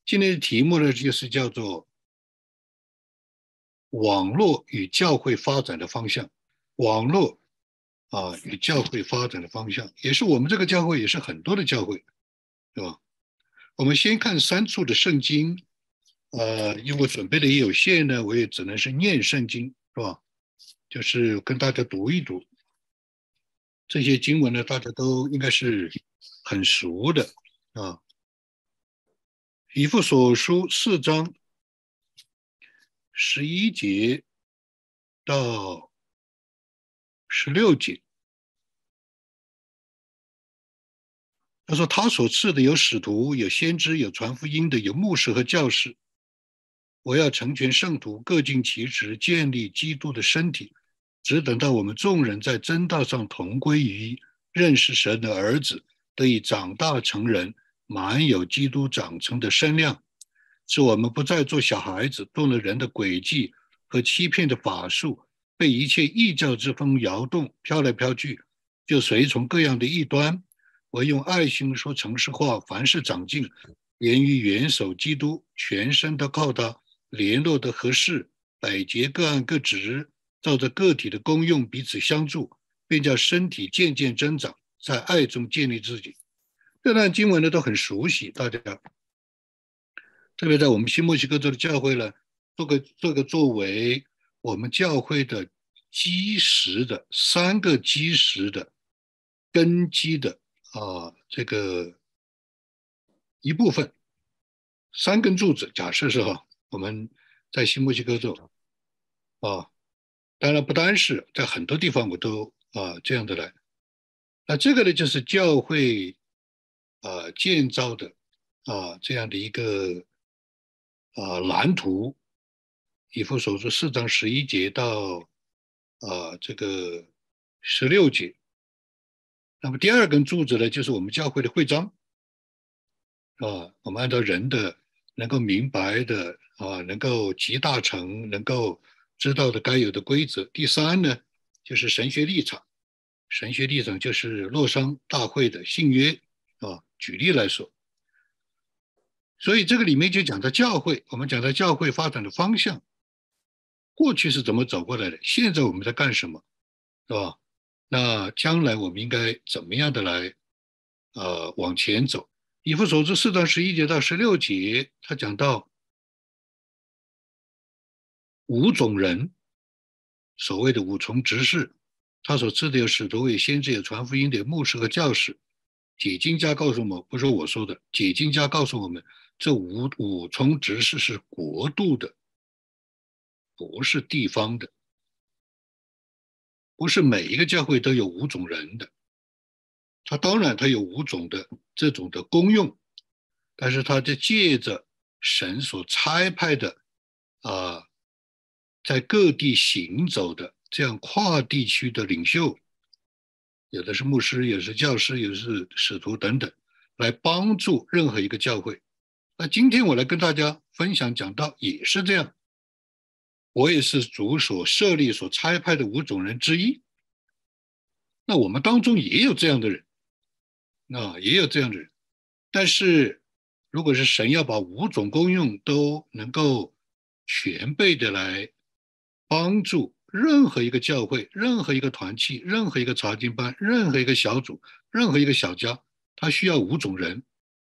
今天的题目呢，就是叫做网络与教会发展的方向。网络与教会发展的方向，也是我们这个教会，也是很多的教会，对吧？我们先看三处的圣经，因为我准备的也有限呢，我也只能是念圣经，是吧？就是跟大家读一读这些经文呢，大家都应该是很熟的啊。以弗所书4章11节到16节，他说他所赐的有使徒，有先知，有传福音的，有牧师和教士。我要成全圣徒，各尽其职，建立基督的身体，只等到我们众人在真道上同归于一，认识神的儿子，得以长大成人，满有基督长成的身量，使我们不再做小孩子，动了人的诡计和欺骗的法术，被一切异教之风摇动，飘来飘去，就随从各样的异端。我用爱心说诚实话，凡事长进，连于元首基督，全身都靠他，联络的合适，百节各按各职，照着个体的功用彼此相助，便叫身体渐渐增长，在爱中建立自己。这段经文呢都很熟悉，大家特别在我们新墨西哥州的教会呢，作为我们教会的基石的三个基石的根基的这个一部分，三根柱子。假设是我们在新墨西哥州啊，当然不单是在很多地方我都这样的来。那这个呢，就是教会建造的这样的一个蓝图。以弗所书4章11节到这个16节。那么第二根柱子呢，就是我们教会的会章我们按照人的能够明白的能够集大成，能够知道的该有的规则。第三呢，就是神学立场。神学立场就是洛桑大会的信约举例来说，所以这个里面就讲到教会，我们讲到教会发展的方向，过去是怎么走过来的，现在我们在干什么，是吧？那将来我们应该怎么样的来往前走？以弗所书4章11节到16节，他讲到五种人，所谓的五重执事，他所赐的有使徒，有先知，有传福音的，有牧师和教士。解经家告诉我们，不是我说的，解经家告诉我们，这五重执事是国度的，不是地方的，不是每一个教会都有五种人的。他当然他有五种的这种的功用，但是他就借着神所差派的在各地行走的这样跨地区的领袖，有的是牧师，有的是教师，有的是使徒等等，来帮助任何一个教会。那今天我来跟大家分享讲到也是这样，我也是主所设立所差派的五种人之一。那我们当中也有这样的人，也有这样的人。但是如果是神要把五种功用都能够全备的来帮助任何一个教会、任何一个团契、任何一个查经班、任何一个小组、任何一个小家，他需要五种人。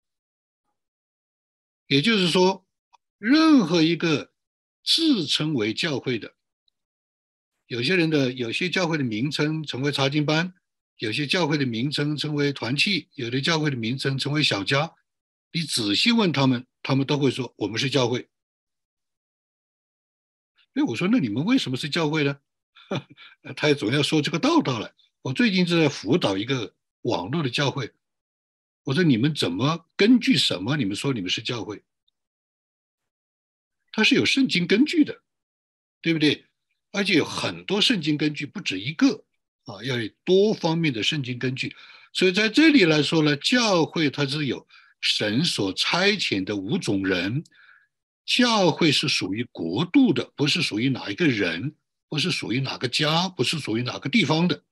也就是说，任何一个自称为教会的，有些教会的名称成为查经班，有些教会的名称成为团契，有的教会的名称成为小家。你仔细问他们，他们都会说我们是教会。我说那你们为什么是教会呢？他也总要说这个道来。我最近正在辅导一个网络的教会，我说你们怎么根据什么你们说你们是教会？它是有圣经根据的，对不对？而且有很多圣经根据，不止一个要有多方面的圣经根据。所以在这里来说呢，教会它是有神所差遣的五种人，教会是属于国度的，不是属于哪一个人，不是属于哪个家，不是属于哪个地方的。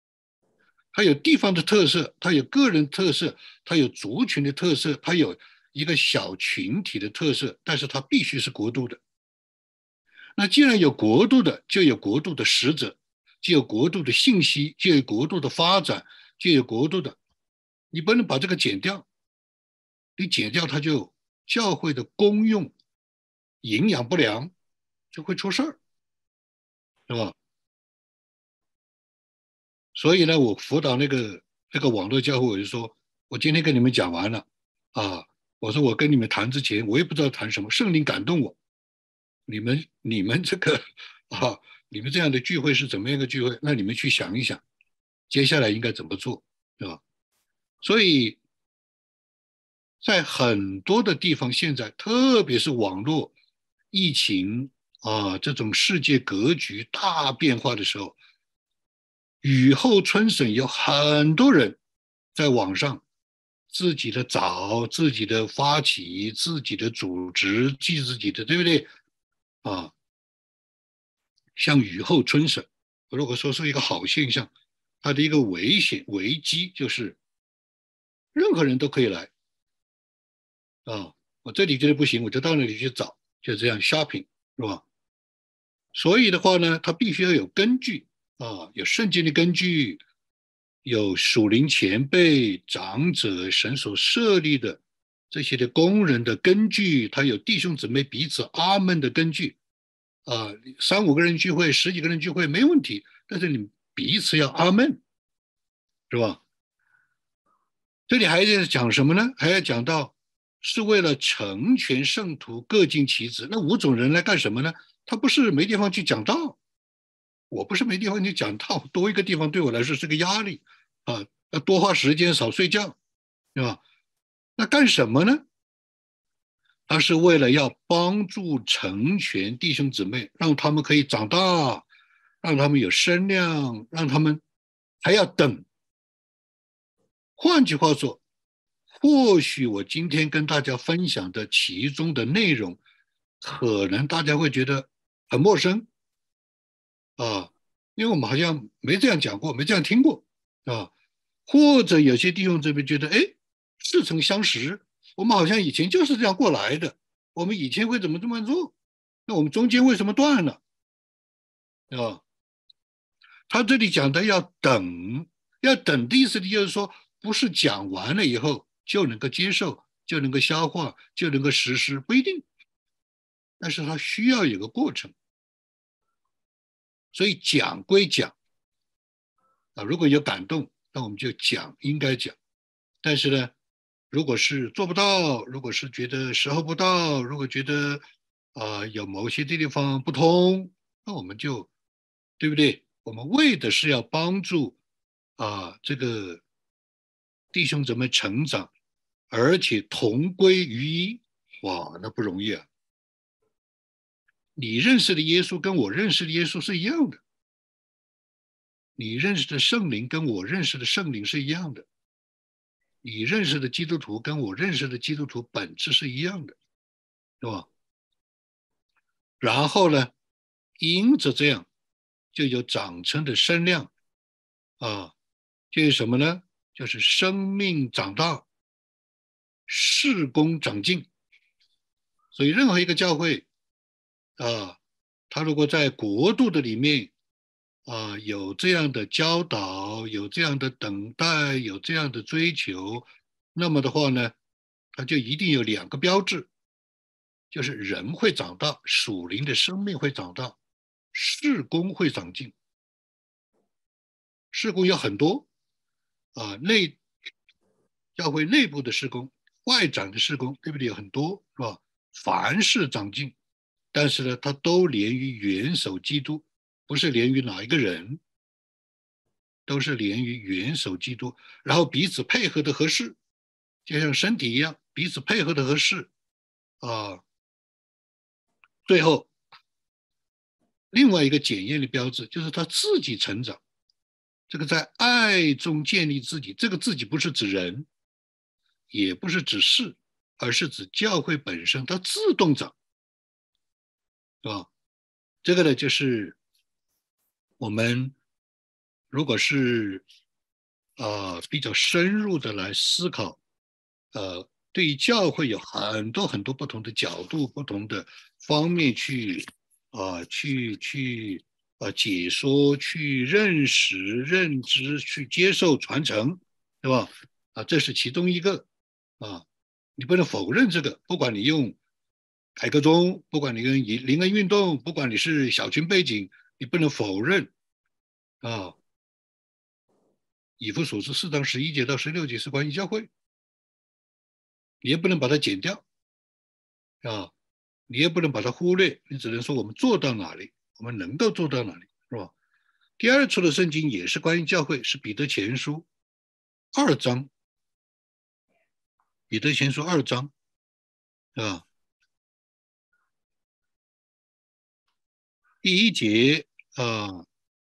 它有地方的特色，它有个人特色，它有族群的特色，它有一个小群体的特色，但是它必须是国度的。那既然有国度的，就有国度的使者，就有国度的信息，就有国度的发展，就有国度的，你不能把这个减掉，你减掉它就教会的功用营养不良，就会出事儿，是吧？所以呢，我辅导那个网络教会，我就说，我今天跟你们讲完了啊，我说我跟你们谈之前，我也不知道谈什么，圣灵感动我，你们这个啊，你们这样的聚会是怎么样一个聚会？那你们去想一想，接下来应该怎么做，对吧？所以在很多的地方，现在特别是网络疫情啊这种世界格局大变化的时候，雨后春笋有很多人在网上自己的找、自己的发起、自己的组织、记自己的，对不对？啊，像雨后春笋，如果说是一个好现象，它的一个危机就是任何人都可以来啊，我这里觉得不行，我就到那里去找，就这样 shopping 是吧？所以的话呢，它必须要有根据啊，有圣经的根据，有属灵前辈、长者、神所设立的这些的工人的根据，他有弟兄姊妹彼此阿门的根据啊，三五个人聚会、十几个人聚会没问题，但是你彼此要阿门，是吧？这里还要讲什么呢？还要讲到是为了成全圣徒，各尽其职。那五种人来干什么呢？他不是没地方去讲道，我不是没地方去讲道，多一个地方对我来说是个压力啊，要多花时间少睡觉，对吧？那干什么呢？他是为了要帮助成全弟兄姊妹，让他们可以长大，让他们有身量，让他们还要等。换句话说，或许我今天跟大家分享的其中的内容，可能大家会觉得很陌生啊，因为我们好像没这样讲过，没这样听过啊，或者有些弟兄这边觉得，哎，似曾相识，我们好像以前就是这样过来的，我们以前会怎么这么做？那我们中间为什么断了？啊？他这里讲的要等，要等的意思就是说，不是讲完了以后就能够接受，就能够消化，就能够实施，不一定。但是它需要有个过程，所以讲归讲啊，如果有感动，那我们就讲，应该讲。但是呢，如果是做不到，如果是觉得时候不到，如果觉得有某些地方不通，那我们就对不对？我们为的是要帮助这个弟兄姊妹成长，而且同归于一，哇，那不容易啊！你认识的耶稣跟我认识的耶稣是一样的，你认识的圣灵跟我认识的圣灵是一样的，你认识的基督徒跟我认识的基督徒本质是一样的，是吧？然后呢，因着这样，就有长成的身量啊，就是什么呢？就是生命长大，事工长进。所以任何一个教会啊，他如果在国度的里面有这样的教导，有这样的等待，有这样的追求，那么的话呢，他就一定有两个标志，就是人会长大，属灵的生命会长大，事工会长进。事工有很多教会内部的事工，外展的事工，对不对？有很多是吧？凡事长进，但是呢，它都连于元首基督，不是连于哪一个人，都是连于元首基督，然后彼此配合的合适，就像身体一样，彼此配合的合适啊。最后，另外一个检验的标志就是他自己成长，这个在爱中建立自己，这个自己不是指人，也不是指事，而是指教会本身，它自动长，是吧？这个呢，就是我们如果是比较深入的来思考对于教会有很多很多不同的角度、不同的方面去解说、去认识、认知、去接受传承，对吧？这是其中一个啊，你不能否认这个。不管你用改革中，不管你用灵恩运动，不管你是小群背景，你不能否认啊。以弗所书4章11节到16节是关于教会，你也不能把它剪掉啊，你也不能把它忽略，你只能说我们做到哪里，我们能够做到哪里，是吧？第二处的圣经也是关于教会，是彼得前书2章，彼得前书2章啊，第1节啊，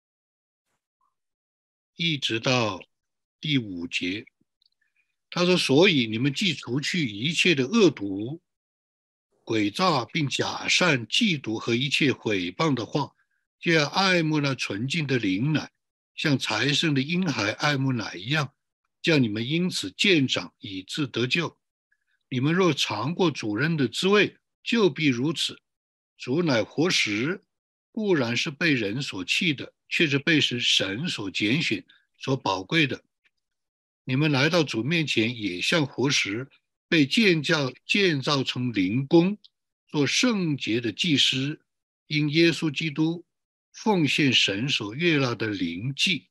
一直到第5节，他说：所以你们既除去一切的恶毒、诡诈，并假善、嫉妒和一切毁谤的话，就要爱慕那纯净的灵奶，像才生的婴孩爱慕奶一样，叫你们因此渐长，以致得救。你们若尝过主人的滋味，就必如此。主乃活石，固然是被人所弃的，却是被神所拣选、所宝贵的。你们来到主面前，也像活石，被建造成灵宫，做圣洁的祭司，因耶稣基督奉献神所悦纳的灵祭。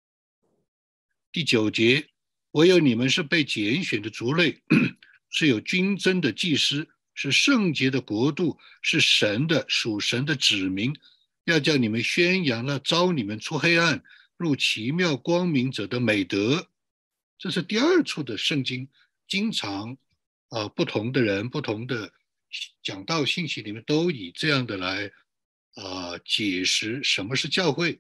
第9节，唯有你们是被拣选的族类，是有君尊的祭司，是圣洁的国度，是属神的子民，要叫你们宣扬那召你们出黑暗入奇妙光明者的美德。这是第二处的圣经，经常不同的人、不同的讲道信息里面都以这样的来解释什么是教会。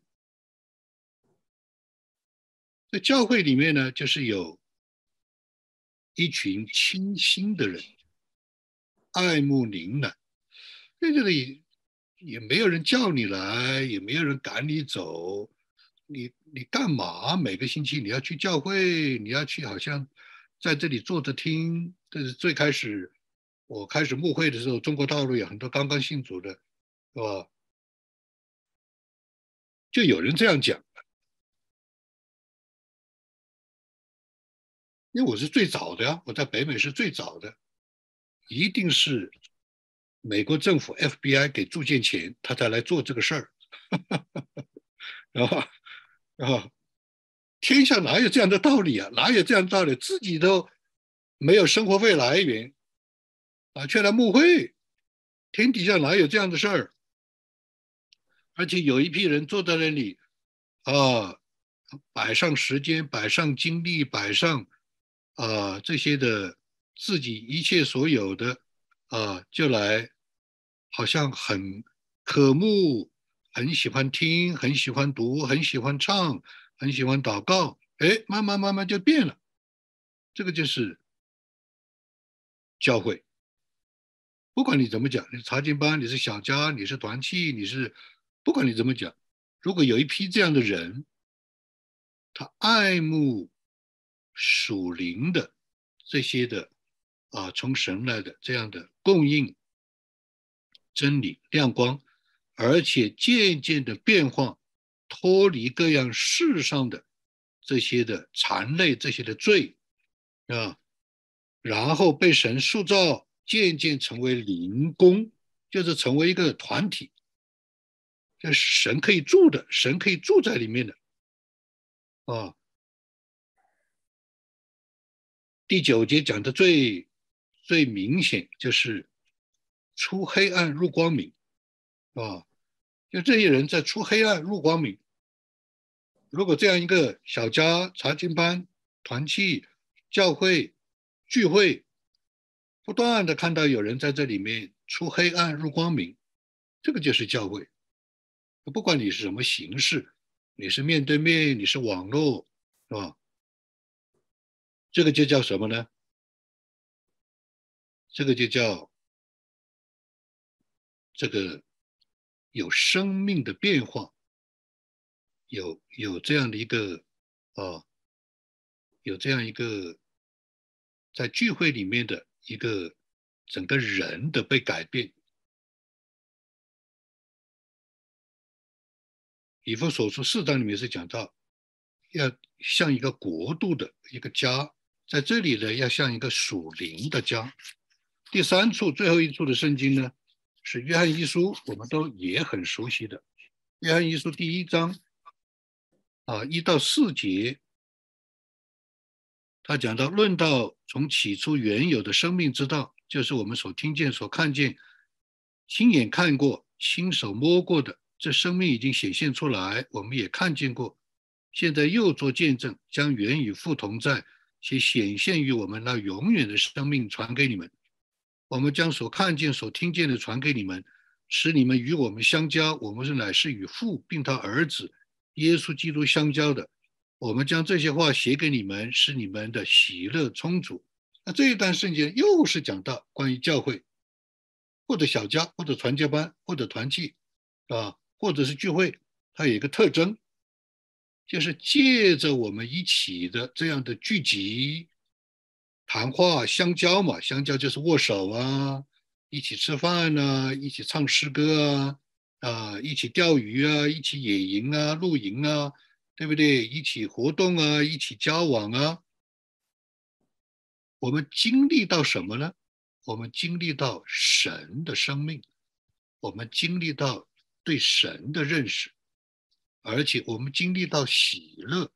在教会里面呢，就是有一群清心的人，爱慕灵的，在这里也没有人叫你来，也没有人赶你走，你干嘛？每个星期你要去教会，你要去好像在这里坐着听。这是最开始我开始牧会的时候，中国大陆有很多刚刚信主的，是吧？就有人这样讲，因为我是最早的呀，我在北美是最早的，一定是美国政府 FBI 给铸件钱，他才来做这个事儿，然后天下哪有这样的道理啊？哪有这样的道理？自己都没有生活费来源却来募会，天底下哪有这样的事儿？而且有一批人坐在那里啊，摆上时间，摆上精力，摆上这些的自己一切所有的就来，好像很渴慕，很喜欢听，很喜欢读，很喜欢唱，很喜欢祷告，哎，慢慢就变了。这个就是教会。不管你怎么讲，你是查经班，你是小家，你是团契，不管你怎么讲，如果有一批这样的人，他爱慕属灵的这些的从神来的这样的供应真理亮光，而且渐渐的变化，脱离各样世上的这些的残累、这些的罪啊，然后被神塑造，渐渐成为灵宫，就是成为一个团体，就是神可以住的，神可以住在里面的啊。第9节讲的最明显就是出黑暗入光明啊，就这些人在出黑暗入光明。如果这样一个小家查经班、团契、教会聚会，不断的看到有人在这里面出黑暗入光明，这个就是教会。不管你是什么形式，你是面对面，你是网络，是吧？这个就叫什么呢？这个就叫这个有生命的变化，有这样的一个啊，有这样一个在聚会里面的一个整个人的被改变。以弗所书4章里面是讲到，要像一个国度的一个家，在这里呢，要像一个属灵的家。第3处最后一处的圣经呢，是约翰一书，我们都也很熟悉的。约翰一书第1章1到4节，他讲到论到从起初原有的生命之道，就是我们所听见、所看见、亲眼看过、亲手摸过的，这生命已经显现出来，我们也看见过，现在又做见证，将原与父同在，且显现于我们那永远的生命传给你们。我们将所看见、所听见的传给你们，使你们与我们相交。我们乃是与父并他儿子耶稣基督相交的。我们将这些话写给你们，使你们的喜乐充足。那这一段圣经又是讲到关于教会，或者小家，或者传教班，或者团契或者是聚会，它有一个特征，就是借着我们一起的这样的聚集、谈话、相交嘛，相交就是握手一起吃饭一起唱诗歌一起钓鱼一起野营露营对不对？一起活动一起交往我们经历到什么呢？我们经历到神的生命，我们经历到对神的认识，而且我们经历到喜乐，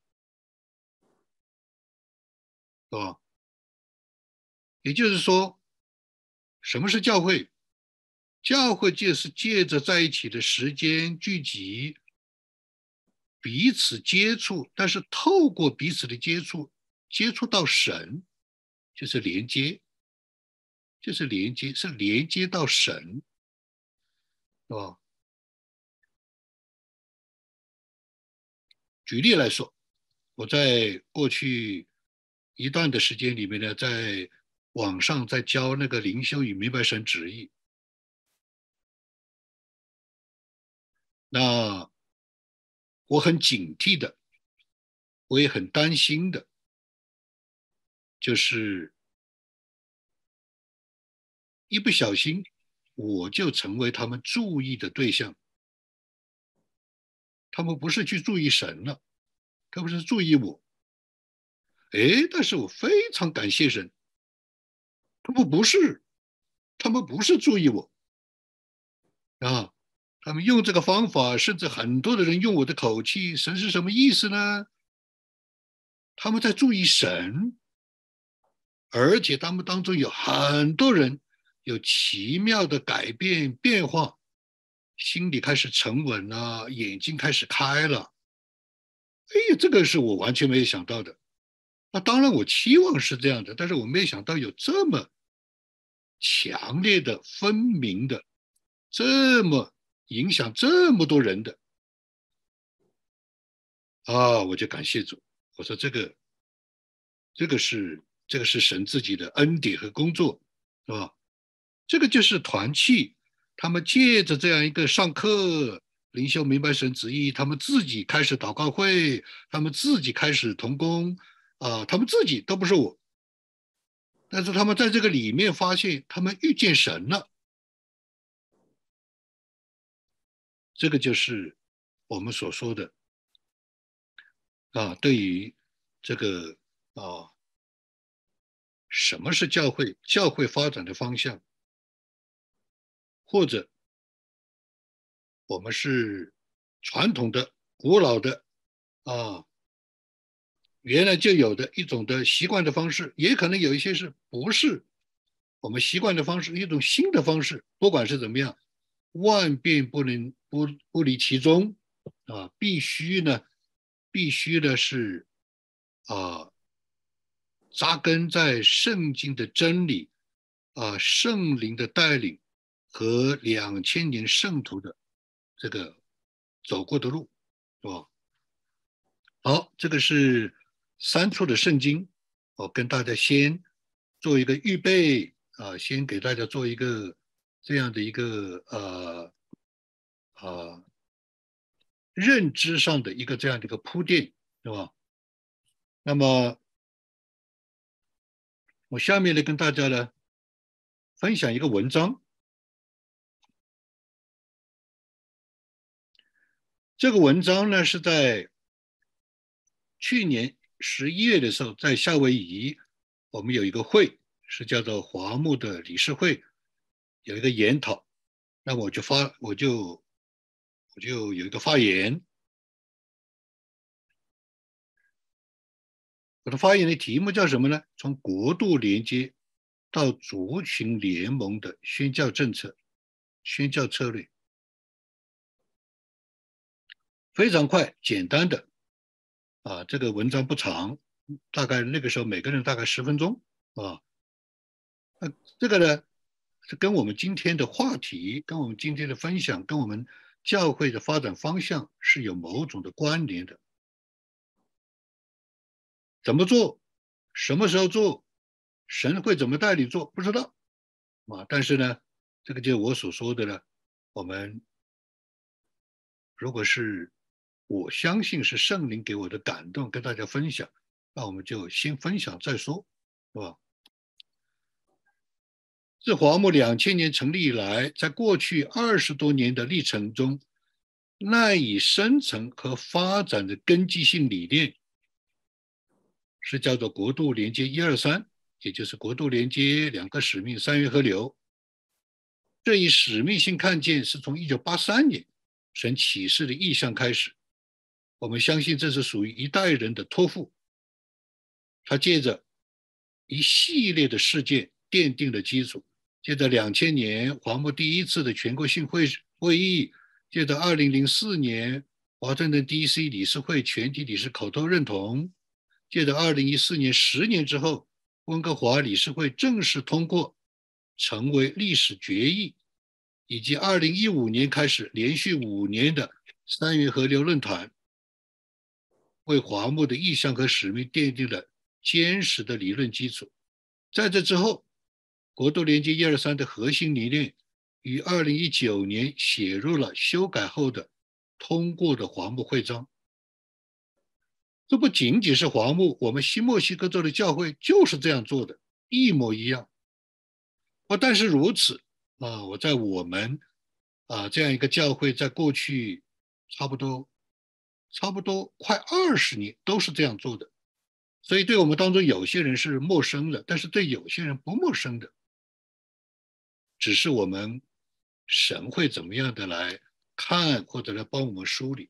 是吧？也就是说，什么是教会？教会就是借着在一起的时间聚集，彼此接触，但是透过彼此的接触，接触到神，就是连接，就是连接，是连接到神，是吧？举例来说，我在过去一段的时间里面呢，在网上在教那个灵修与明白神旨意。那我很警惕的，我也很担心的，就是一不小心我就成为他们注意的对象。他们不是去注意神了，他们是注意我。但是我非常感谢神，他们不是，他们不是注意我啊，他们用这个方法，甚至很多的人用我的口气，神是什么意思呢？他们在注意神，而且他们当中有很多人有奇妙的改变变化，心里开始沉稳了，眼睛开始开了。这个是我完全没有想到的。那当然，我期望是这样的，但是我没有想到有这么强烈的、分明的，这么影响这么多人的我就感谢主。我说这个是神自己的恩典和工作，是吧？这个就是团契，他们借着这样一个上课、灵修明白神旨意，他们自己开始祷告会，他们自己开始同工他们自己都不是我，但是他们在这个里面发现，他们遇见神了。这个就是我们所说的对于这个什么是教会？教会发展的方向，或者我们是传统的、古老的啊，原来就有的一种的习惯的方式，也可能有一些是不是我们习惯的方式，一种新的方式。不管是怎么样，万变不离其宗必须呢是扎根在圣经的真理圣灵的带领和2000年圣徒的这个走过的路，是吧？好，这个是3处的圣经，我跟大家先做一个预备先给大家做一个这样的一个认知上的一个这样的一个铺垫，是吧？那么我下面呢跟大家呢分享一个文章。这个文章呢是在去年11月的时候，在夏威夷，我们有一个会，是叫做华牧的理事会，有一个研讨。那我就有一个发言。我的发言的题目叫什么呢？从国度连接到族群联盟的宣教政策、宣教策略。非常快，简单的这个文章不长，大概那个时候每个人大概10分钟啊。这个呢是跟我们今天的话题、跟我们今天的分享、跟我们教会的发展方向是有某种的关联的。怎么做？什么时候做？神会怎么带你做？不知道但是呢，这个就我所说的呢，我们如果是我相信是圣灵给我的感动，跟大家分享，那我们就先分享再说，是吧？自华牧2000年成立以来，在过去20多年的历程中，赖以生成和发展的根基性理念，是叫做国度连接123，也就是国度连接2个使命3源河流。这一使命性看见是从1983年神启示的意象开始，我们相信这是属于一代人的托付。他借着一系列的事件奠定了基础，借着2000年华牧第一次的全国性会议，借着2004年华盛顿 DC 理事会全体理事口头认同，借着2014年10年之后温哥华理事会正式通过成为历史决议，以及2015年开始连续5年的3源河流论坛，为华牧的意向和使命奠定了坚实的理论基础。在这之后，国度连接123的核心理念于2019年写入了修改后的通过的华牧会章。这不仅仅是华牧，我们新墨西哥州的教会就是这样做的，一模一样。不但是如此我在我们这样一个教会，在过去差不多快20年都是这样做的。所以对我们当中有些人是陌生的，但是对有些人不陌生的，只是我们神会怎么样的来看，或者来帮我们梳理。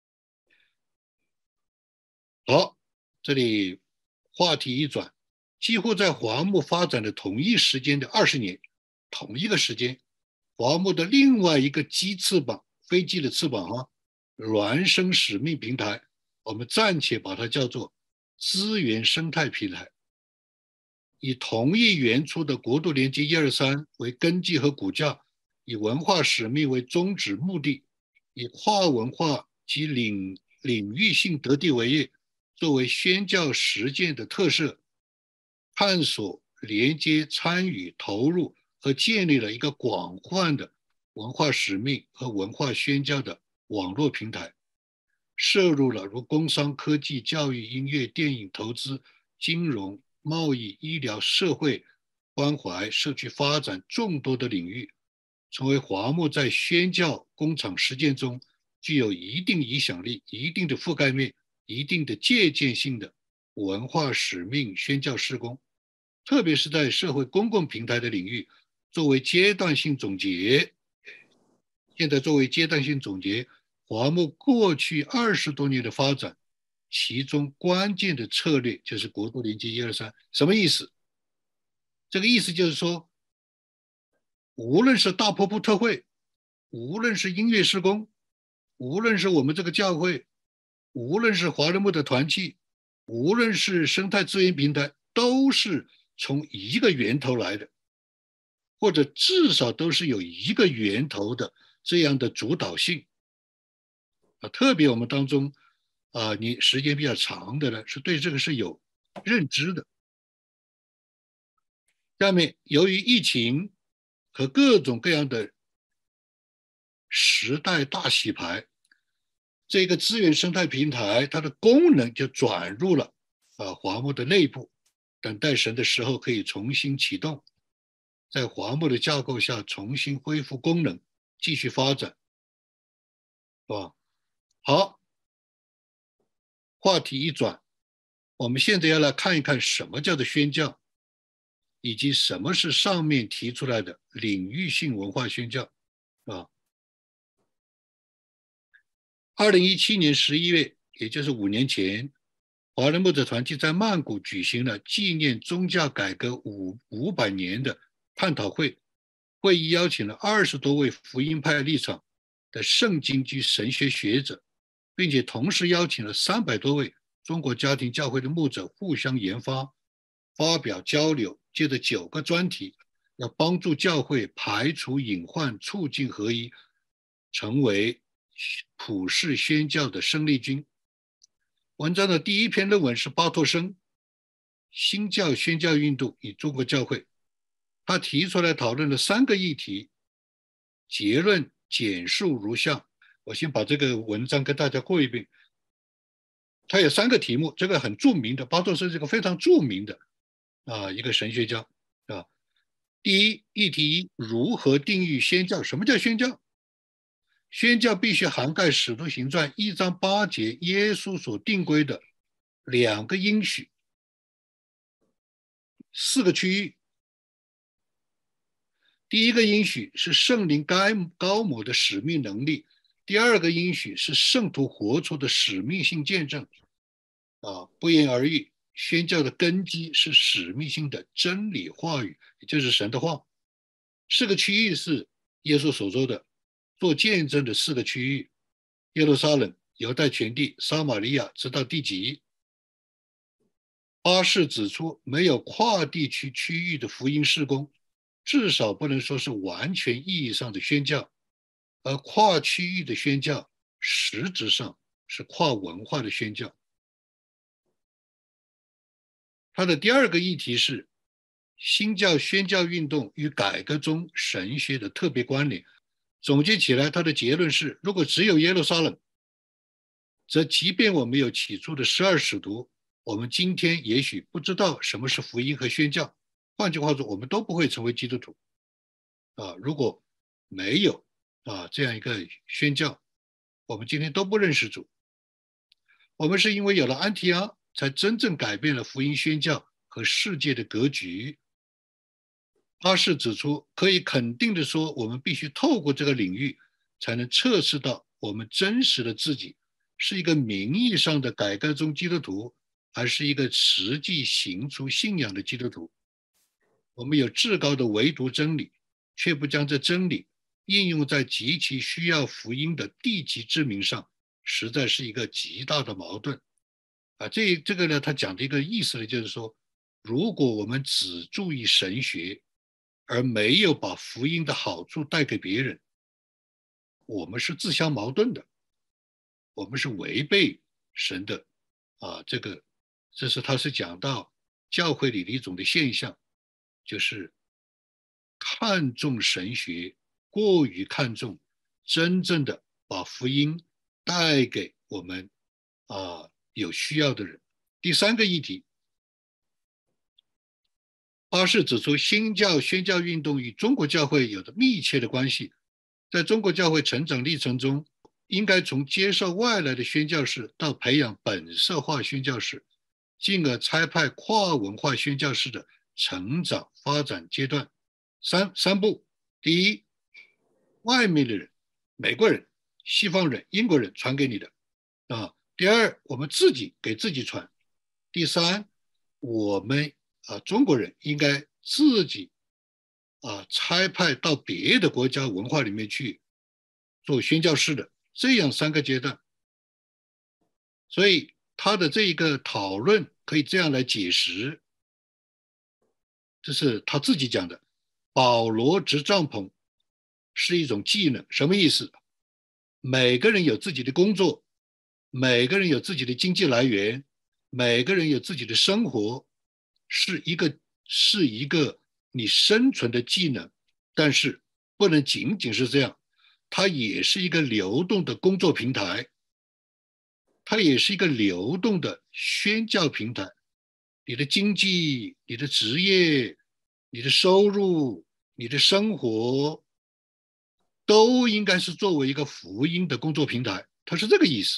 好，这里话题一转，几乎在华牧发展的同一时间的20年，同一个时间，华牧的另外一个鸡翅膀，飞机的翅膀孪生使命平台，我们暂且把它叫做资源生态平台，以同一原初的国度连接123为根基和骨架，以文化使命为宗旨目的，以跨文化及领域性得地为业，作为宣教实践的特色，探索、连接、参与、投入和建立了一个广泛的文化使命和文化宣教的网络平台，摄入了如工商、科技、教育、音乐、电影、投资、金融、贸易、医疗、社会关怀、社区发展众多的领域，成为华牧在宣教工厂实践中具有一定影响力、一定的覆盖面、一定的借鉴性的文化使命宣教事工，特别是在社会公共平台的领域，作为阶段性总结。现在作为阶段性总结，华牧过去20多年的发展，其中关键的策略就是国度连接123。什么意思？这个意思就是说，无论是大瀑布特会，无论是音乐事工，无论是我们这个教会，无论是华人牧的团契，无论是生态资源平台，都是从一个源头来的，或者至少都是有一个源头的这样的主导性。特别我们当中你时间比较长的呢，是对这个是有认知的。下面由于疫情和各种各样的时代大洗牌，这个资源生态平台它的功能就转入了华牧的内部， 等待神的时候可以重新启动，在华牧的架构下重新恢复功能，继续发展，是吧？好，话题一转，我们现在要来看一看什么叫做宣教，以及什么是上面提出来的领域性文化宣教，啊。2017年11月，也就是5年前，华人牧者团契在曼谷举行了纪念宗教改革500年的探讨会。会议邀请了20多位福音派立场的圣经及神学学者，并且同时邀请了300多位中国家庭教会的牧者互相研发表交流，借着9个专题，要帮助教会排除隐患，促进合一，成为普世宣教的生力军。文章的第一篇论文是巴托生新教宣教运动与中国教会，他提出来讨论了3个议题，结论简述如下。我先把这个文章跟大家过一遍。他有3个题目，这个很著名的，巴托生是个非常著名的一个神学家啊。第一，议题1，如何定义宣教？什么叫宣教？宣教必须涵盖《使徒行传》1章8节耶稣所定规的2个应许，4个区域。第一个应许是圣灵高摩的使命能力，第2个应许是圣徒活出的使命性见证。不言而喻，宣教的根基是使命性的真理话语，也就是神的话。4个区域是耶稣所说的做见证的4个区域：耶路撒冷、犹太全地、撒玛利亚，直到地极。巴士指出，没有跨地区区域的福音事工，至少不能说是完全意义上的宣教，而跨区域的宣教实质上是跨文化的宣教。他的第2个议题是新教宣教运动与改革中神学的特别关联。总结起来，他的结论是，如果只有耶路撒冷，则即便我们有起初的12使徒，我们今天也许不知道什么是福音和宣教。换句话说，我们都不会成为基督徒。如果没有这样一个宣教，我们今天都不认识主。我们是因为有了安提阿，才真正改变了福音宣教和世界的格局。巴士指出，可以肯定的说，我们必须透过这个领域，才能测试到我们真实的自己是一个名义上的改革中基督徒，还是一个实际行出信仰的基督徒。我们有至高的唯独真理，却不将这真理应用在极其需要福音的地级之民上，实在是一个极大的矛盾。这个呢，他讲的一个意思呢，就是说，如果我们只注意神学，而没有把福音的好处带给别人，我们是自相矛盾的，我们是违背神的这是他是讲到教会里的一种的现象，就是看重神学，过于看重真正的把福音带给我们有需要的人。第3个议题，巴士指出，新教宣教运动与中国教会有着密切的关系。在中国教会成长历程中，应该从接受外来的宣教士到培养本色化宣教士，进而差派跨文化宣教士的成长发展阶段。三步：第一，外面的人，美国人、西方人、英国人传给你的第2，我们自己给自己传。第3，我们中国人应该自己差派到别的国家文化里面去做宣教士的，这样3个阶段。所以他的这一个讨论可以这样来解释，这是他自己讲的。保罗织帐篷是一种技能，什么意思？每个人有自己的工作，每个人有自己的经济来源，每个人有自己的生活，是一个你生存的技能，但是不能仅仅是这样，它也是一个流动的工作平台，它也是一个流动的宣教平台。 你的经济、你的职业、你的收入、你的生活，都应该是作为一个福音的工作平台，它是这个意思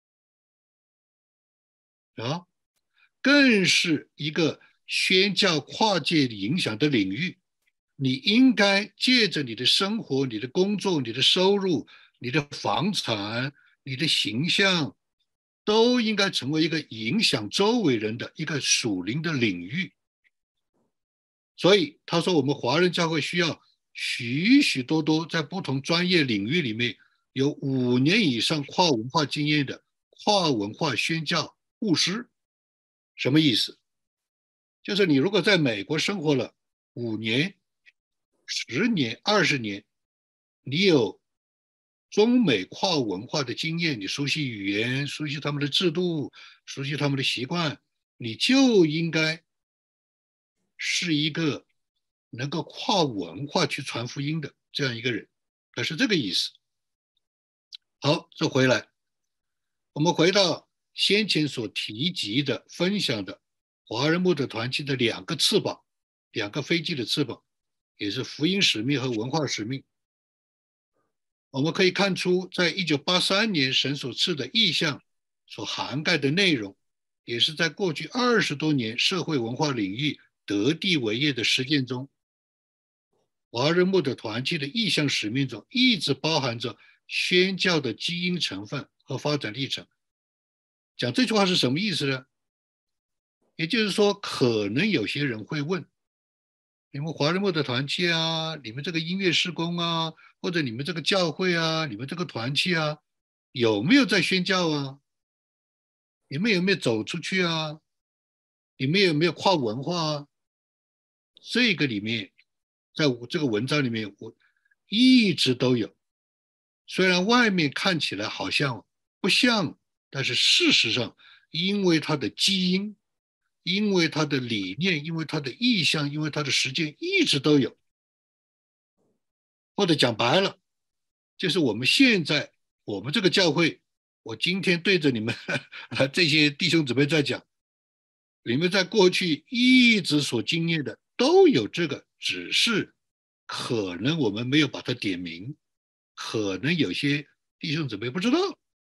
啊，更是一个宣教跨界影响的领域。你应该借着你的生活、你的工作、你的收入、你的房产、你的形象，都应该成为一个影响周围人的一个属灵的领域。所以他说，我们华人教会需要许许多多在不同专业领域里面有5年以上跨文化经验的跨文化宣教牧师。什么意思？就是你如果在美国生活了5年、10年、20年，你有中美跨文化的经验，你熟悉语言，熟悉他们的制度，熟悉他们的习惯，你就应该是一个能够跨文化去传福音的这样一个人，他是这个意思。好，这回来，我们回到先前所提及的、分享的华人牧者团契的2个翅膀，2个飞机的翅膀，也是福音使命和文化使命。我们可以看出，在1983年神所赐的意象所涵盖的内容，也是在过去20多年社会文化领域得地为业的实践中，华人牧者团契的意向使命中一直包含着宣教的基因成分和发展历程。讲这句话是什么意思呢？也就是说，可能有些人会问，你们华人牧者团契啊，你们这个音乐事工啊，或者你们这个教会啊，你们这个团契啊，有没有在宣教啊？你们有没有走出去啊？你们有没有跨文化啊？这个里面，在我这个文章里面，我一直都有。虽然外面看起来好像不像，但是事实上，因为它的基因，因为它的理念，因为它的意向，因为它的实践，一直都有。或者讲白了，就是我们现在我们这个教会，我今天对着你们这些弟兄姊妹在讲，你们在过去一直所经验的都有这个，只是可能我们没有把它点名，可能有些弟兄姊妹不知道，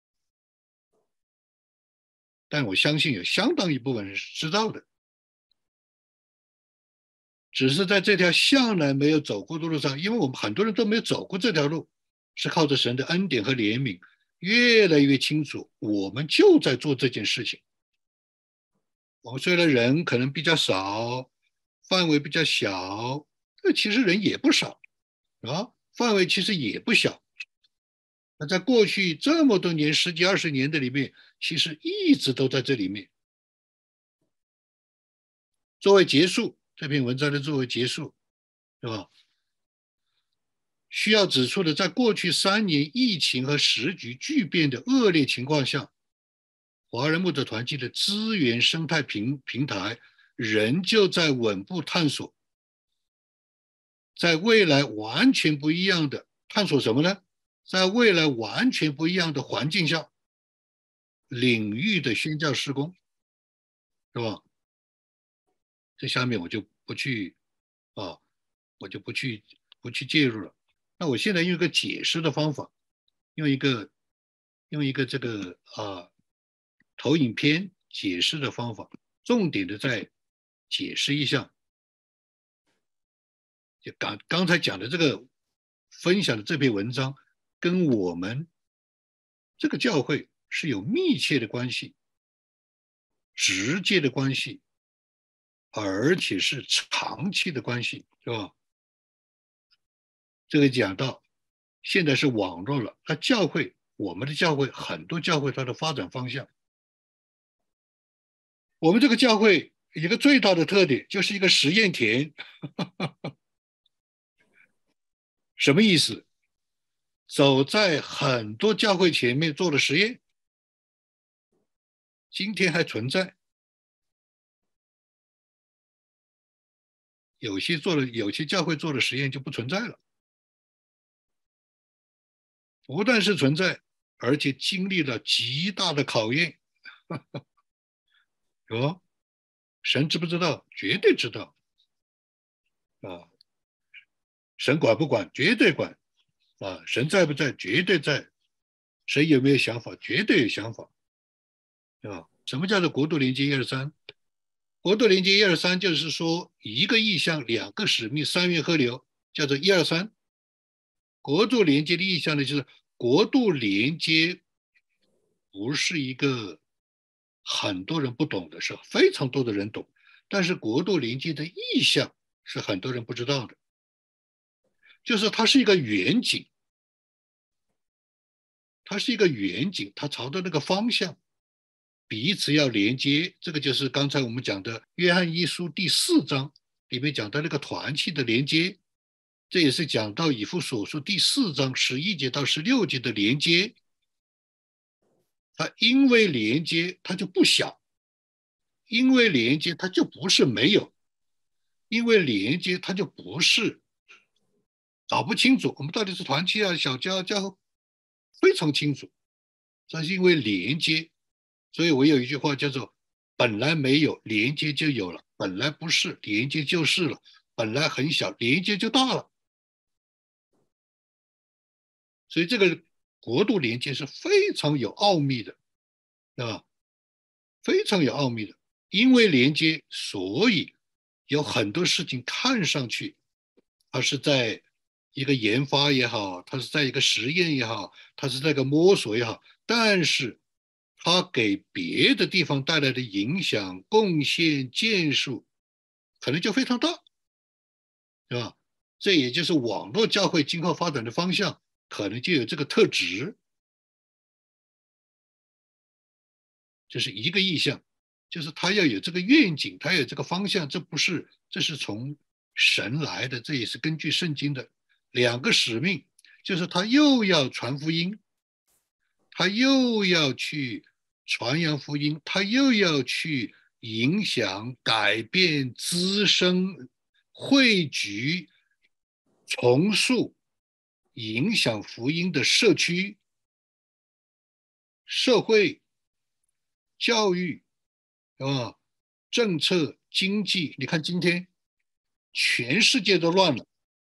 但我相信有相当一部分人是知道的，只是在这条向来没有走过的路上，因为我们很多人都没有走过这条路，是靠着神的恩典和怜悯，越来越清楚，我们就在做这件事情。我们虽然人可能比较少，范围比较小，但其实人也不少啊，范围其实也不小。那在过去这么多年、10几20年的里面，其实一直都在这里面。作为结束，这篇文章的作为结束，对吧？需要指出的，在过去3年疫情和时局巨变的恶劣情况下，华人牧者团契的资源生态平台仍旧在稳步探索，在未来完全不一样的探索什么呢？在未来完全不一样的环境下，领域的宣教事工，是吧？这下面我就不去啊，我就不去介入了。那我现在用一个解释的方法，用一个这个投影片解释的方法，重点的再解释一下，就刚才讲的这个分享的这篇文章，跟我们这个教会是有密切的关系、直接的关系，而且是长期的关系，是吧？这个讲到现在是网络了，那教会，我们的教会，很多教会它的发展方向，我们这个教会一个最大的特点就是一个实验田，什么意思？走在很多教会前面做的实验，今天还存在。有些教会做的实验就不存在了，不但是存在，而且经历了极大的考验，是吧？ 神知不知道？绝对知道啊！神管不管？绝对管啊！神在不在？绝对在。神有没有想法？绝对有想法，对吧？什么叫做国度连接123？国度连接123就是说一个意向、两个使命、三元河流，叫做123。国度连接的意向呢，就是国度连接不是一个很多人不懂的事，非常多的人懂，但是国度连接的意向是很多人不知道的，就是它是一个远景，它是一个远景，它朝着那个方向彼此要连接，这个就是刚才我们讲的约翰一书第4章里面讲的那个团契的连接，这也是讲到以弗所书第4章11节到16节的连接。它因为连接，它就不小；因为连接，它就不是没有；因为连接，它就不是搞不清楚我们到底是团契啊、小家教会，非常清楚。这是因为连接，所以我有一句话叫做“本来没有，连接就有了；本来不是，连接就是了；本来很小，连接就大了”。所以这个国度连接是非常有奥秘的，对吧？非常有奥秘的。因为连接，所以有很多事情看上去它是在一个研发也好，它是在一个实验也好，它是在一个摸索也好，但是它给别的地方带来的影响、贡献、建树，可能就非常大，对吧？这也就是网络教会今后发展的方向，可能就有这个特质。这是一个意向，就是他要有这个愿景，他有这个方向，这不是，这是从神来的，这也是根据圣经的两个使命，就是他又要传福音，他又要去传扬福音，他又要去影响、改变、滋生、汇聚、重塑、影响福音的社区、社会、教育啊、政策、经济。你看今天全世界都乱了，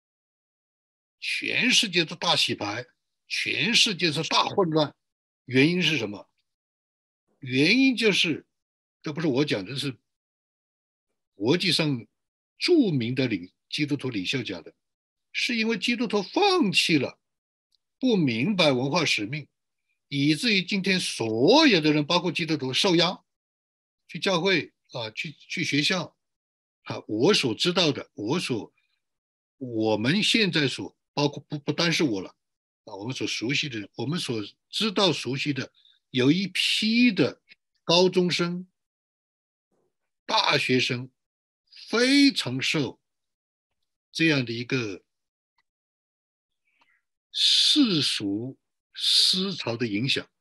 全世界都大洗牌，全世界是大混乱。原因是什么？原因就是，这不是我讲的，是国际上著名的基督徒领袖讲的，是因为基督徒放弃了，不明白文化使命，以至于今天所有的人，包括基督徒，受压，去教会啊，去学校啊。我所知道的，我们现在所包括不单是我了啊，我们所熟悉的，我们所知道熟悉的，有一批的高中生、大学生非常受这样的一个世俗思潮的影响，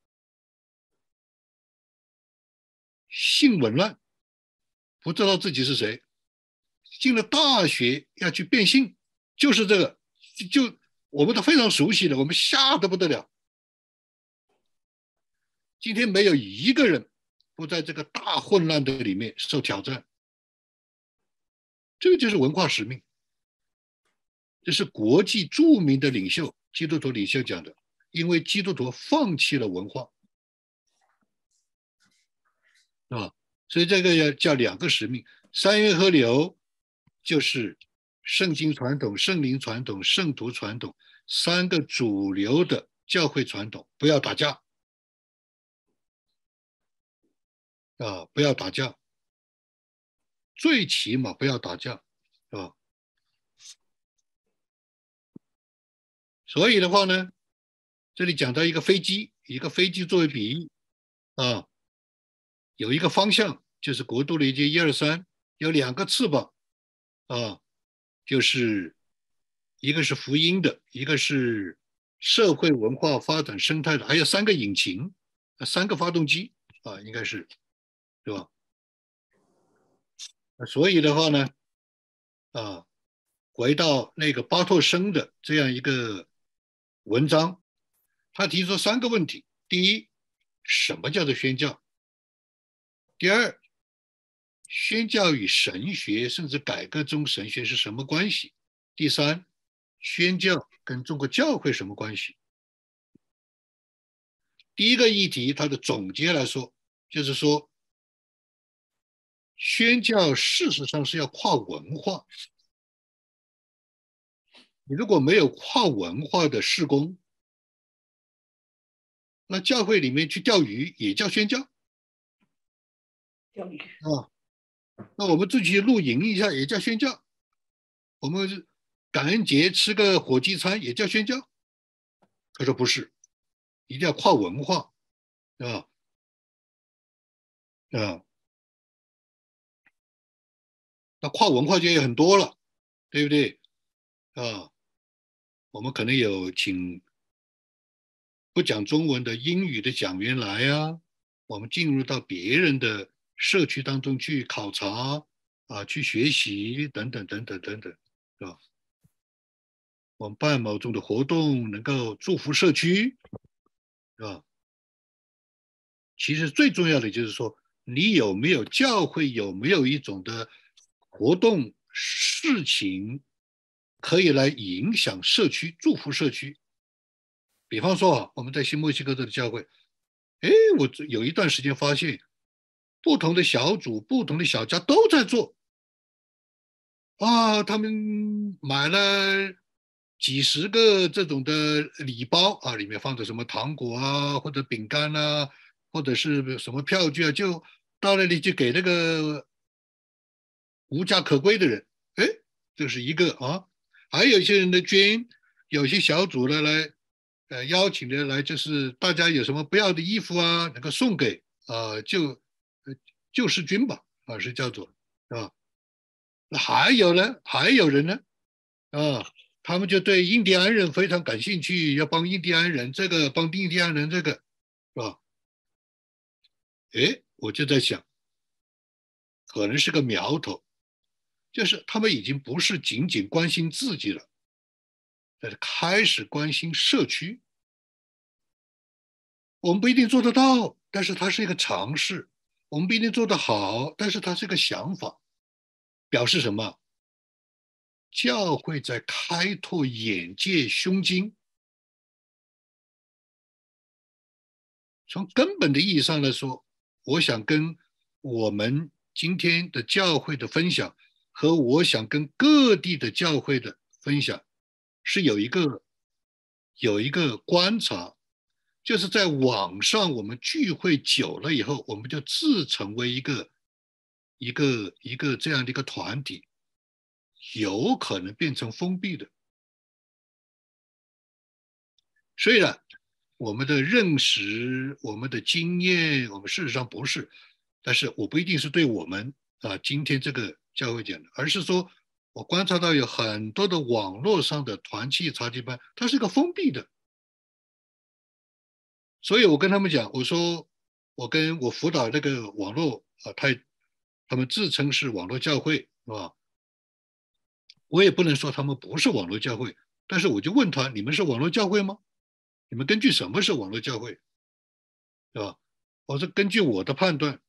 性紊乱，不知道自己是谁，进了大学要去变性，就是这个，就我们都非常熟悉的，我们吓得不得了。今天没有一个人不在这个大混乱的里面受挑战，这个就是文化使命。这是国际著名的领袖，基督徒领袖讲的，因为基督徒放弃了文化，是吧？所以这个要叫两个使命。三元河流就是圣经传统、圣灵传统、圣徒传统三个主流的教会传统，不要打架啊，不要打架，最起码不要打架，是吧？所以的话呢，这里讲到一个飞机，一个飞机作为比喻啊，有一个方向就是国度连接123，有两个翅膀啊，就是一个是福音的，一个是社会文化发展生态的，还有三个引擎，三个发动机啊，应该是，对吧？所以的话呢，啊，回到那个巴托生的这样一个文章，他提出三个问题：第一，什么叫做宣教？第二， 宣教与神学甚至改革中神学是什么关系？第三，宣教跟中国教会什么关系？第一个议题，它的总结来说，就是说，宣教事实上是要跨文化。你如果没有跨文化的事工，那教会里面去钓鱼也叫宣教钓鱼啊。那我们自己露营一下也叫宣教，我们感恩节吃个火鸡餐也叫宣教。他说不是，一定要跨文化啊啊，那跨文化就有很多了，对不对啊？我们可能有请不讲中文的英语的讲员来啊，我们进入到别人的社区当中去考察啊，去学习等等等等等等，是吧？我们办某种的活动，能够祝福社区，是吧？其实最重要的就是说，你有没有教会有没有一种的活动事情，可以来影响社区、祝福社区。比方说啊，我们在新墨西哥的教会，哎，我有一段时间发现，不同的小组、不同的小家都在做啊，他们买了几十个这种的礼包啊，里面放着什么糖果啊，或者饼干啊，或者是什么票据啊，就到那里去给那个无家可归的人。哎，这是一个啊，还有一些人的捐，有些小组的来，邀请的来，就是大家有什么不要的衣服啊，能够送给救世军吧，啊，是叫做啊。那还有呢，还有人呢，啊，他们就对印第安人非常感兴趣，要帮印第安人这个，帮印第安人这个，是吧？哎，我就在想，可能是个苗头，就是他们已经不是仅仅关心自己了，但是开始关心社区。我们不一定做得到，但是它是一个尝试；我们不一定做得好，但是它是一个想法，表示什么？教会在开拓眼界、胸襟。从根本的意义上来说，我想跟我们今天的教会的分享，和我想跟各地的教会的分享，是有一个观察，就是在网上我们聚会久了以后，我们就自成为一个这样的一个团体，有可能变成封闭的。虽然我们的认识、我们的经验，我们事实上不是，但是我不一定是对我们今天这个教会讲的，而是说我观察到有很多的网络上的团契茶经班，它是个封闭的，所以我跟他们讲，我说我跟我辅导那个网络他们自称是网络教会，是吧？我也不能说他们不是网络教会，但是我就问他，你们是网络教会吗？你们根据什么是网络教会？对吧？我说根据我的判断，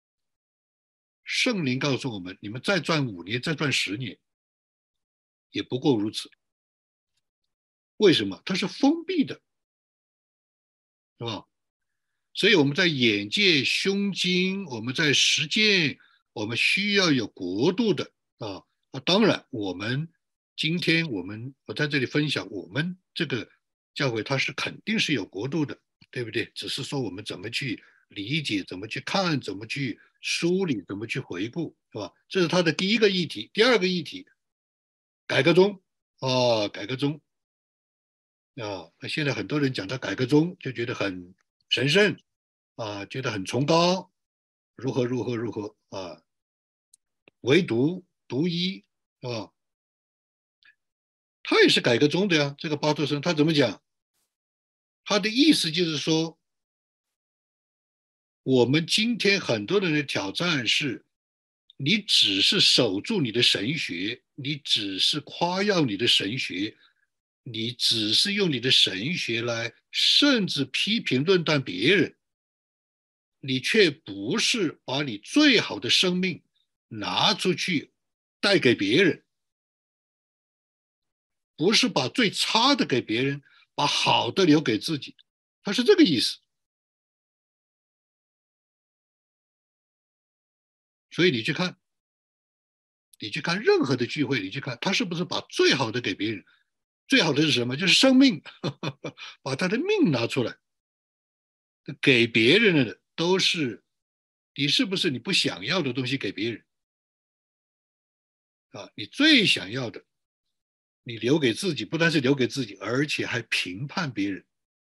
圣灵告诉我们，你们再赚5年，再赚10年，也不过如此。为什么？它是封闭的，是吧？所以我们在眼界、胸襟，我们在实践，我们需要有国度的啊。当然，今天我在这里分享，我们这个教会它是肯定是有国度的，对不对？只是说我们怎么去理解，怎么去看，怎么去梳理，怎么去回顾，是吧？这是它的第一个议题。第二个议题，改革中改革中那现在很多人讲到改革中，就觉得很神圣觉得很崇高，如何如何如何唯独独一啊，他也是改革中的呀。这个巴托生他怎么讲？他的意思就是说，我们今天很多人的挑战是，你只是守住你的神学，你只是夸耀你的神学，你只是用你的神学来甚至批评论断别人，你却不是把你最好的生命拿出去带给别人，不是把最差的给别人，把好的留给自己，他是这个意思。所以你去看任何的聚会，你去看他是不是把最好的给别人，最好的是什么？就是生命，把他的命拿出来给别人的都是你是不是你不想要的东西给别人啊？你最想要的，你留给自己，不单是留给自己，而且还评判别人，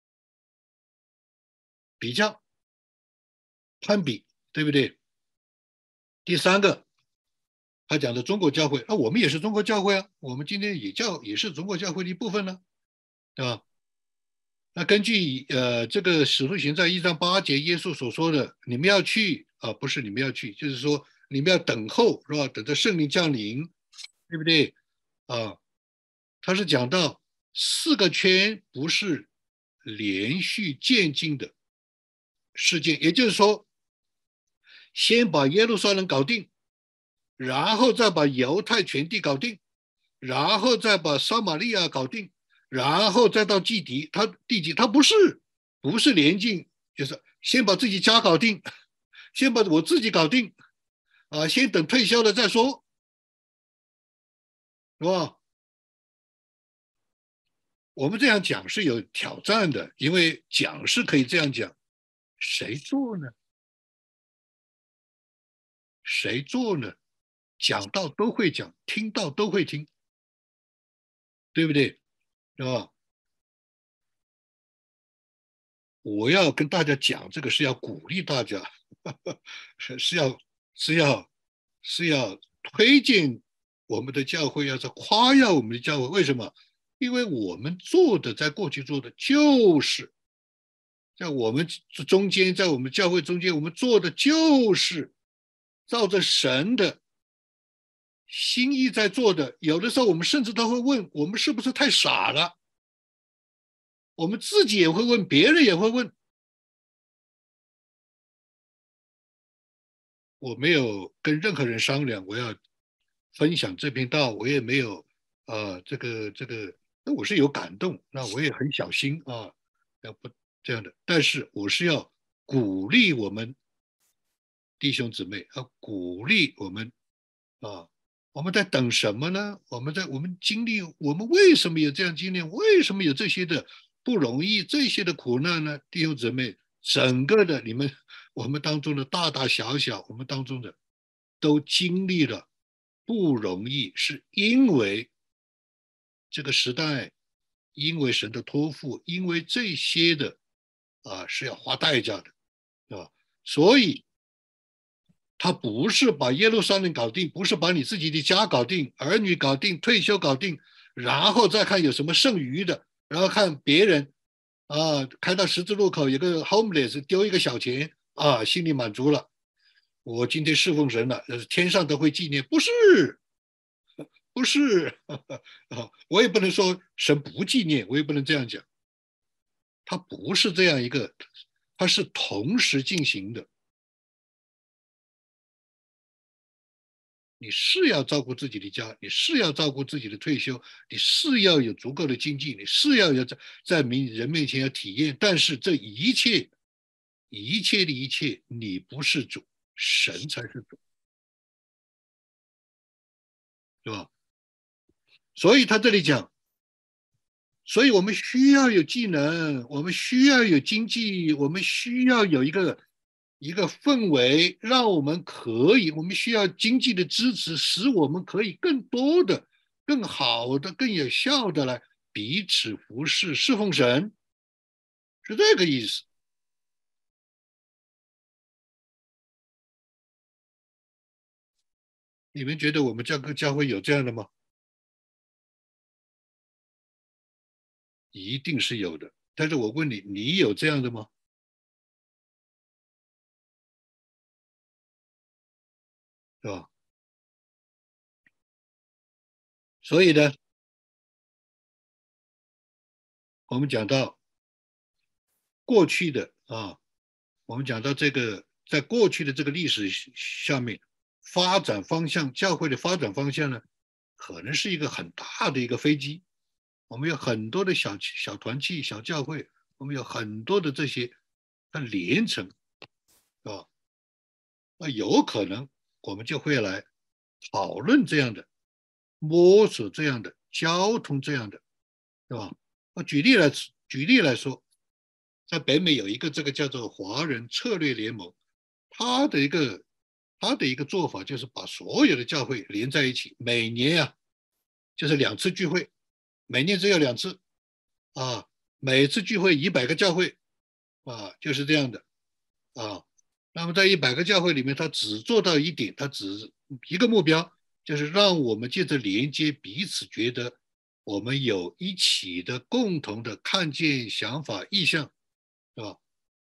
比较攀比，对不对？第三个，他讲的中国教会啊，我们也是中国教会啊，我们今天也是中国教会的一部分呢，对吧？那根据这个使徒行传1章8节耶稣所说的，你们要去啊，不是你们要去，就是说你们要等候，是吧？等着圣灵降临，对不对？啊，他是讲到4个圈不是连续渐进的事件，也就是说，先把耶路撒冷搞定，然后再把犹太全地搞定，然后再把撒玛利亚搞定，然后再到地极，他不是连进，就是先把自己家搞定，先把我自己搞定啊，先等退休了再说，是吧？我们这样讲是有挑战的，因为讲是可以这样讲，谁做呢？谁做呢？讲到都会讲，听到都会听，对不对？是吧？我要跟大家讲这个是要鼓励大家，是要是要是要推荐我们的教会，要是夸耀我们的教会。为什么？因为我们做的，在过去做的就是在我们中间，在我们教会中间，我们做的就是照着神的心意在做的。有的时候，我们甚至都会问：我们是不是太傻了？我们自己也会问，别人也会问。我没有跟任何人商量，我要分享这篇道，我也没有那我是有感动，那我也很小心啊，要不这样的，但是我是要鼓励我们弟兄姊妹，要鼓励我们啊，我们在等什么呢？我们经历，我们为什么有这样经历？为什么有这些的不容易，这些的苦难呢？弟兄姊妹，整个的你们我们当中的大大小小，我们当中的都经历了不容易，是因为这个时代，因为神的托付，因为这些的是要花代价的啊，所以他不是把耶路撒冷搞定，不是把你自己的家搞定，儿女搞定，退休搞定，然后再看有什么剩余的，然后看别人开到十字路口有个 homeless 丢一个小钱啊，心里满足了。我今天侍奉神了，天上都会纪念，不是我也不能说神不纪念，我也不能这样讲，它不是这样一个，它是同时进行的。你是要照顾自己的家，你是要照顾自己的退休，你是要有足够的经济，你是要有在人面前要体验，但是这一切的一切，你不是主，神才是主，对吧？所以他这里讲，所以我们需要有技能，我们需要有经济，我们需要有一个氛围，让我们可以，我们需要经济的支持，使我们可以更多的、更好的、更有效的来彼此服侍、侍奉神，是这个意思。你们觉得我们教会有这样的吗？一定是有的。但是我问你，你有这样的吗？是吧？所以呢，我们讲到过去的我们讲到这个，在过去的这个历史下面， 发展方向，教会的发展方向呢，可能是一个很大的一个飞机。我们有很多的小团契、小教会，我们有很多的这些它连成，是吧？那有可能我们就会来讨论这样的、摸索这样的、交通这样的，是吧？我举例来说，在北美有一个这个叫做华人策略联盟，它的一个做法就是把所有的教会连在一起，每年啊就是2次聚会，每年只有2次啊，每次聚会100个教会啊，就是这样的啊。那么在100个教会里面，他只做到一点，他只一个目标，就是让我们借着连接彼此，觉得我们有一起的共同的看见、想法、意向，是吧？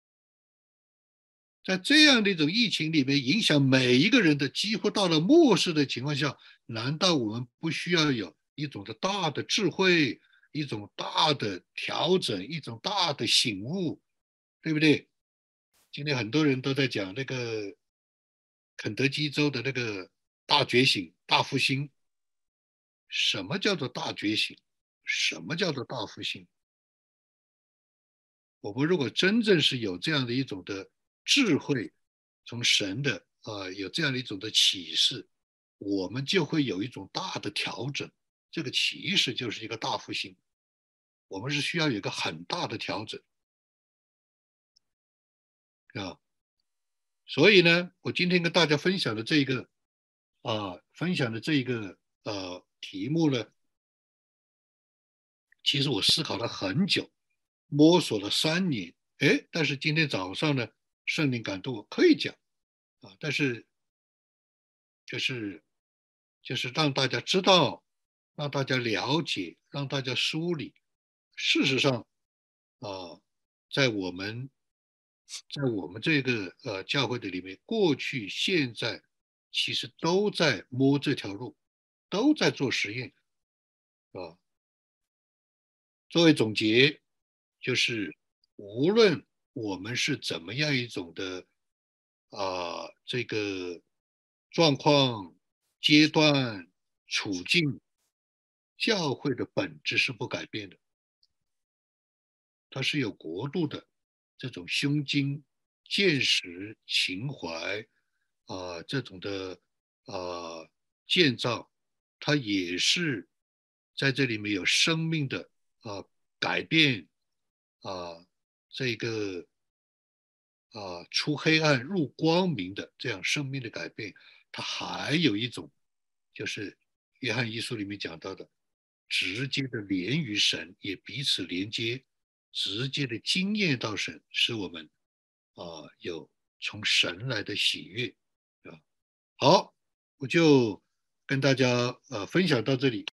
在这样的一种疫情里面，影响每一个人的，几乎到了末世的情况下，难道我们不需要有一种的大的智慧，一种大的调整，一种大的醒悟，对不对？今天很多人都在讲那个肯德基州的那个大觉醒、大复兴。什么叫做大觉醒？什么叫做大复兴？我们如果真正是有这样的一种的智慧，从神的有这样的一种的启示，我们就会有一种大的调整。这个启示就是一个大复兴，我们是需要有一个很大的调整啊。所以呢，我今天跟大家分享的这个题目呢，其实我思考了很久，摸索了3年，但是今天早上呢，圣灵感动我可以讲啊，但是就是让大家知道，让大家了解，让大家梳理。事实上啊，在我们这个教会的里面，过去现在其实都在摸这条路，都在做实验啊。作为总结，就是无论我们是怎么样一种的这个状况、阶段、处境，教会的本质是不改变的，它是有国度的这种胸襟、见识、情怀这种的建造，它也是在这里面有生命的改变这个出黑暗入光明的这样生命的改变，它还有一种就是约翰一书里面讲到的，直接的连于神，也彼此连接，直接的经验到神，使我们有从神来的喜悦啊。好，我就跟大家分享到这里。